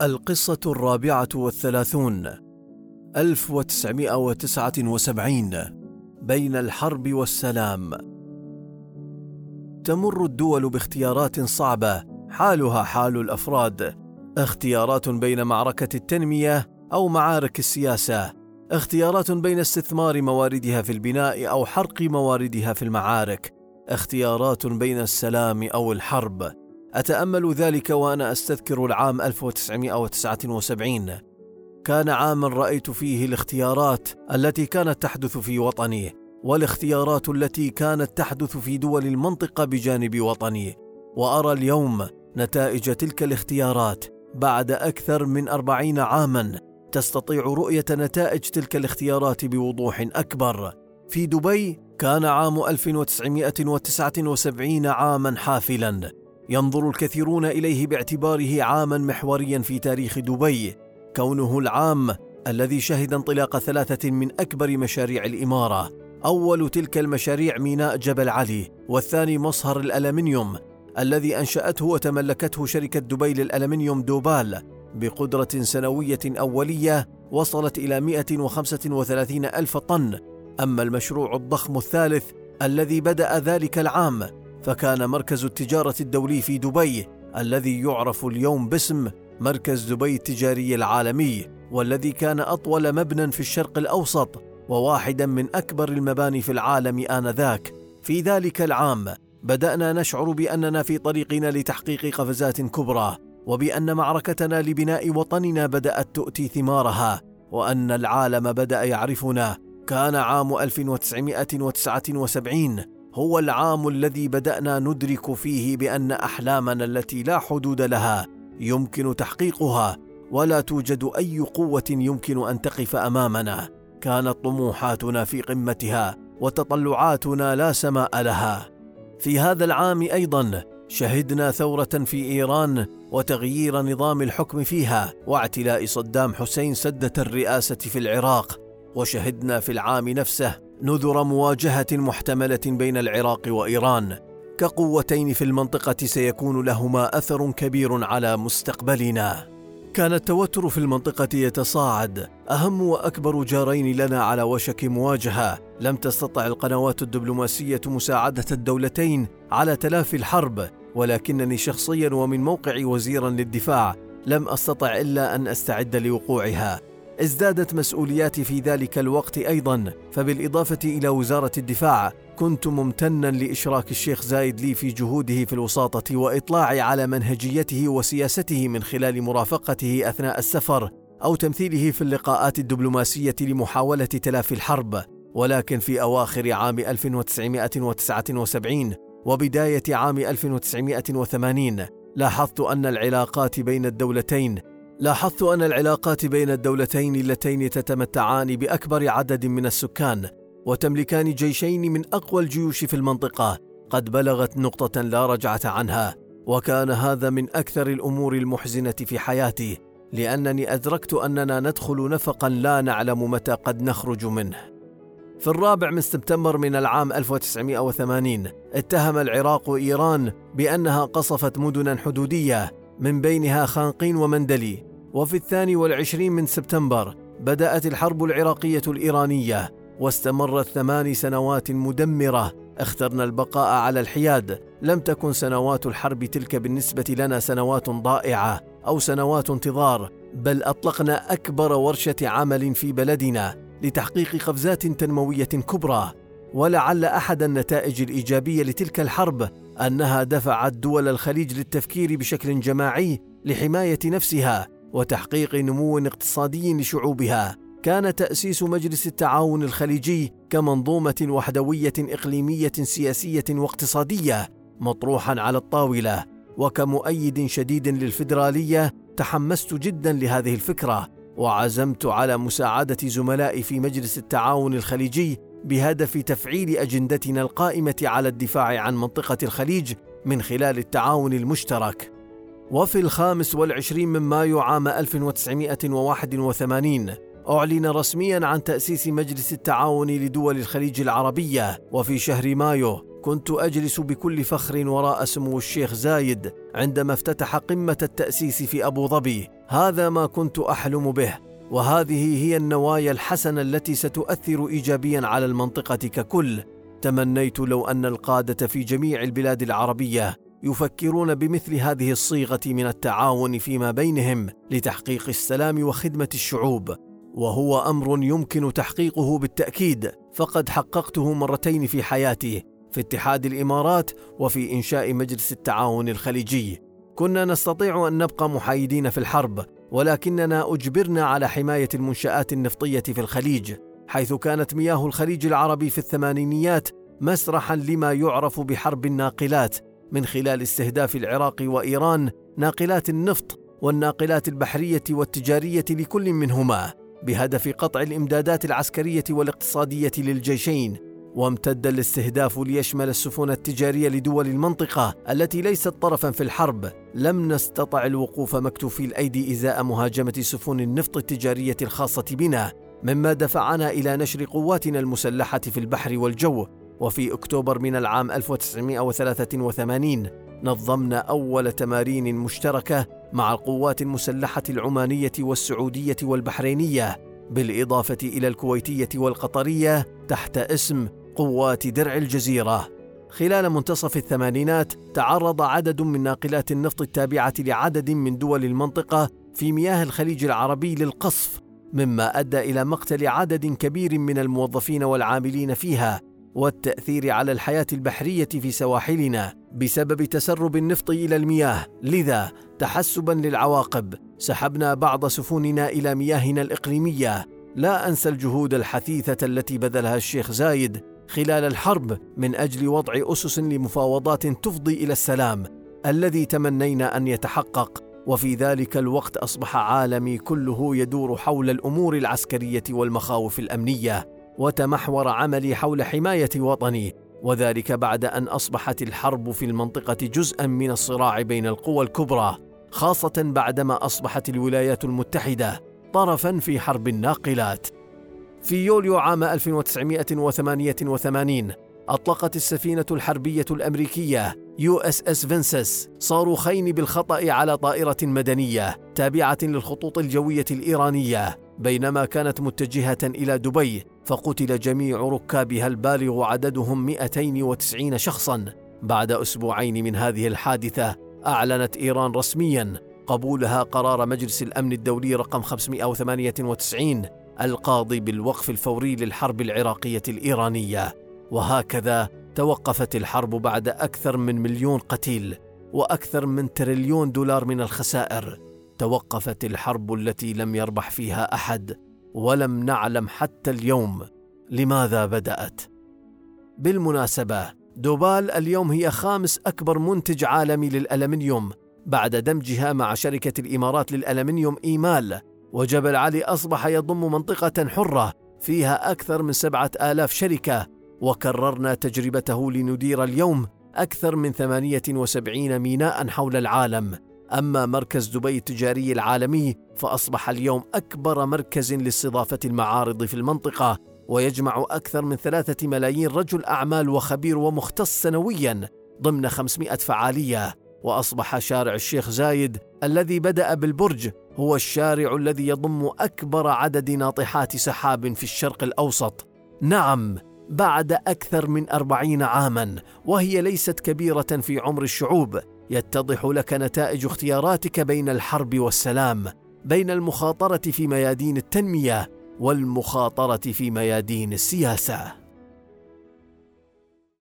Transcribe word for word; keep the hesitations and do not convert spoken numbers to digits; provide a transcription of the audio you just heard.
القصة الرابعة والثلاثون. ألف وتسعمائة وتسعة وسبعين. بين الحرب والسلام. تمر الدول باختيارات صعبة حالها حال الأفراد، اختيارات بين معركة التنمية أو معارك السياسة، اختيارات بين استثمار مواردها في البناء أو حرق مواردها في المعارك، اختيارات بين السلام أو الحرب. أتأمل ذلك وأنا أستذكر العام ألف وتسعمائة وتسعة وسبعين. كان عاما رأيت فيه الاختيارات التي كانت تحدث في وطني، والاختيارات التي كانت تحدث في دول المنطقة بجانب وطني، وأرى اليوم نتائج تلك الاختيارات بعد أكثر من أربعين عاما. تستطيع رؤية نتائج تلك الاختيارات بوضوح أكبر. في دبي كان عام ألف وتسعمائة وتسعة وسبعين عاما حافلا، ينظر الكثيرون إليه باعتباره عاما محوريا في تاريخ دبي، كونه العام الذي شهد انطلاق ثلاثة من أكبر مشاريع الإمارة. أول تلك المشاريع ميناء جبل علي، والثاني مصهر الألمنيوم الذي أنشأته وتملكته شركة دبي للألمنيوم دوبال بقدرة سنوية أولية وصلت إلى مئة وخمسة وثلاثين ألف طن. أما المشروع الضخم الثالث الذي بدأ ذلك العام فكان مركز التجارة الدولي في دبي، الذي يعرف اليوم باسم مركز دبي التجاري العالمي، والذي كان أطول مبنى في الشرق الأوسط وواحدا من أكبر المباني في العالم آنذاك. في ذلك العام بدأنا نشعر بأننا في طريقنا لتحقيق قفزات كبرى، وبأن معركتنا لبناء وطننا بدأت تؤتي ثمارها، وأن العالم بدأ يعرفنا. كان عام ألف وتسعمائة وتسعة وسبعين هو العام الذي بدأنا ندرك فيه بأن أحلامنا التي لا حدود لها يمكن تحقيقها، ولا توجد أي قوة يمكن أن تقف أمامنا. كانت طموحاتنا في قمتها وتطلعاتنا لا سماء لها. في هذا العام أيضا شهدنا ثورة في إيران وتغيير نظام الحكم فيها، واعتلاء صدام حسين سدة الرئاسة في العراق. وشهدنا في العام نفسه نذر مواجهة محتملة بين العراق وإيران كقوتين في المنطقة سيكون لهما أثر كبير على مستقبلنا. كان التوتر في المنطقة يتصاعد، أهم وأكبر جارين لنا على وشك مواجهة. لم تستطع القنوات الدبلوماسية مساعدة الدولتين على تلافي الحرب، ولكنني شخصيا ومن موقع وزيرا للدفاع لم أستطع إلا أن أستعد لوقوعها. ازدادت مسؤولياتي في ذلك الوقت أيضا، فبالإضافة إلى وزارة الدفاع كنت ممتنا لإشراك الشيخ زايد لي في جهوده في الوساطة وإطلاعي على منهجيته وسياسته من خلال مرافقته أثناء السفر أو تمثيله في اللقاءات الدبلوماسية لمحاولة تلافي الحرب. ولكن في أواخر عام ألف وتسعمائة وتسعة وسبعين وبداية عام ألف وتسعمائة وثمانين لاحظت أن العلاقات بين الدولتين لاحظت أن العلاقات بين الدولتين اللتين تتمتعان بأكبر عدد من السكان وتملكان جيشين من أقوى الجيوش في المنطقة قد بلغت نقطة لا رجعة عنها. وكان هذا من أكثر الأمور المحزنة في حياتي، لأنني أدركت أننا ندخل نفقا لا نعلم متى قد نخرج منه. في الرابع من سبتمبر من العام ألف وتسعمائة وثمانين اتهم العراق إيران بأنها قصفت مدنا حدودية من بينها خانقين ومندلي. وفي الثاني والعشرين من سبتمبر بدأت الحرب العراقية الإيرانية، واستمرت ثمان سنوات مدمرة. اخترنا البقاء على الحياد. لم تكن سنوات الحرب تلك بالنسبة لنا سنوات ضائعة أو سنوات انتظار، بل أطلقنا أكبر ورشة عمل في بلدنا لتحقيق قفزات تنموية كبرى. ولعل أحد النتائج الإيجابية لتلك الحرب أنها دفعت دول الخليج للتفكير بشكل جماعي لحماية نفسها وتحقيق نمو اقتصادي لشعوبها. كان تأسيس مجلس التعاون الخليجي كمنظومة وحدوية إقليمية سياسية واقتصادية مطروحا على الطاولة، وكمؤيد شديد للفيدرالية تحمست جدا لهذه الفكرة، وعزمت على مساعدة زملائي في مجلس التعاون الخليجي بهدف تفعيل أجندتنا القائمة على الدفاع عن منطقة الخليج من خلال التعاون المشترك. وفي الخامس والعشرين من مايو عام ألف وتسعمائة وواحد وثمانين أعلن رسميا عن تأسيس مجلس التعاون لدول الخليج العربية. وفي شهر مايو كنت أجلس بكل فخر وراء سمو الشيخ زايد عندما افتتح قمة التأسيس في أبو ظبي. هذا ما كنت أحلم به، وهذه هي النوايا الحسنة التي ستؤثر إيجابيا على المنطقة ككل. تمنيت لو أن القادة في جميع البلاد العربية يفكرون بمثل هذه الصيغة من التعاون فيما بينهم لتحقيق السلام وخدمة الشعوب، وهو أمر يمكن تحقيقه بالتأكيد، فقد حققته مرتين في حياتي، في اتحاد الإمارات وفي إنشاء مجلس التعاون الخليجي. كنا نستطيع أن نبقى محايدين في الحرب، ولكننا أجبرنا على حماية المنشآت النفطية في الخليج، حيث كانت مياه الخليج العربي في الثمانينيات مسرحا لما يعرف بحرب الناقلات، من خلال استهداف العراق وإيران ناقلات النفط والناقلات البحرية والتجارية لكل منهما، بهدف قطع الإمدادات العسكرية والاقتصادية للجيشين. وامتد الاستهداف ليشمل السفن التجارية لدول المنطقة التي ليست طرفا في الحرب. لم نستطع الوقوف مكتوفي الأيدي إزاء مهاجمة سفن النفط التجارية الخاصة بنا، مما دفعنا إلى نشر قواتنا المسلحة في البحر والجو. وفي أكتوبر من العام ألف وتسعمائة وثلاثة وثمانين نظمنا أول تمارين مشتركة مع القوات المسلحة العمانية والسعودية والبحرينية، بالإضافة إلى الكويتية والقطرية، تحت اسم قوات درع الجزيرة. خلال منتصف الثمانينات تعرض عدد من ناقلات النفط التابعة لعدد من دول المنطقة في مياه الخليج العربي للقصف، مما أدى إلى مقتل عدد كبير من الموظفين والعاملين فيها، والتأثير على الحياة البحرية في سواحلنا بسبب تسرب النفط إلى المياه. لذا تحسبا للعواقب سحبنا بعض سفننا إلى مياهنا الإقليمية. لا أنسى الجهود الحثيثة التي بذلها الشيخ زايد خلال الحرب من أجل وضع أسس لمفاوضات تفضي إلى السلام الذي تمنينا أن يتحقق. وفي ذلك الوقت أصبح عالمي كله يدور حول الأمور العسكرية والمخاوف الأمنية، وتمحور عملي حول حماية وطني، وذلك بعد أن أصبحت الحرب في المنطقة جزءاً من الصراع بين القوى الكبرى، خاصة بعدما أصبحت الولايات المتحدة طرفاً في حرب الناقلات. في يوليو عام ألف وتسعمائة وثمانية وثمانين أطلقت السفينة الحربية الأمريكية يو إس إس فينسس صاروخين بالخطأ على طائرة مدنية تابعة للخطوط الجوية الإيرانية بينما كانت متجهة إلى دبي، فقتل جميع ركابها البالغ عددهم مئتين وتسعين شخصاً. بعد أسبوعين من هذه الحادثة أعلنت إيران رسمياً قبولها قرار مجلس الأمن الدولي رقم خمسمائة وثمانية وتسعين القاضي بالوقف الفوري للحرب العراقية الإيرانية. وهكذا توقفت الحرب بعد أكثر من مليون قتيل وأكثر من تريليون دولار من الخسائر. توقفت الحرب التي لم يربح فيها أحد، ولم نعلم حتى اليوم لماذا بدأت. بالمناسبة، دوبال اليوم هي خامس أكبر منتج عالمي للألمنيوم بعد دمجها مع شركة الإمارات للألمنيوم إيمال، وجبل علي أصبح يضم منطقة حرة فيها أكثر من سبعة آلاف شركة، وكررنا تجربته لندير اليوم أكثر من ثمانية وسبعين ميناء حول العالم. أما مركز دبي التجاري العالمي فأصبح اليوم أكبر مركز لاستضافة المعارض في المنطقة، ويجمع أكثر من ثلاثة ملايين رجل أعمال وخبير ومختص سنوياً ضمن خمسمائة فعالية. وأصبح شارع الشيخ زايد الذي بدأ بالبرج هو الشارع الذي يضم أكبر عدد ناطحات سحاب في الشرق الأوسط. نعم، بعد أكثر من أربعين عاماً، وهي ليست كبيرة في عمر الشعوب. يتضح لك نتائج اختياراتك بين الحرب والسلام، بين المخاطرة في ميادين التنمية والمخاطرة في ميادين السياسة.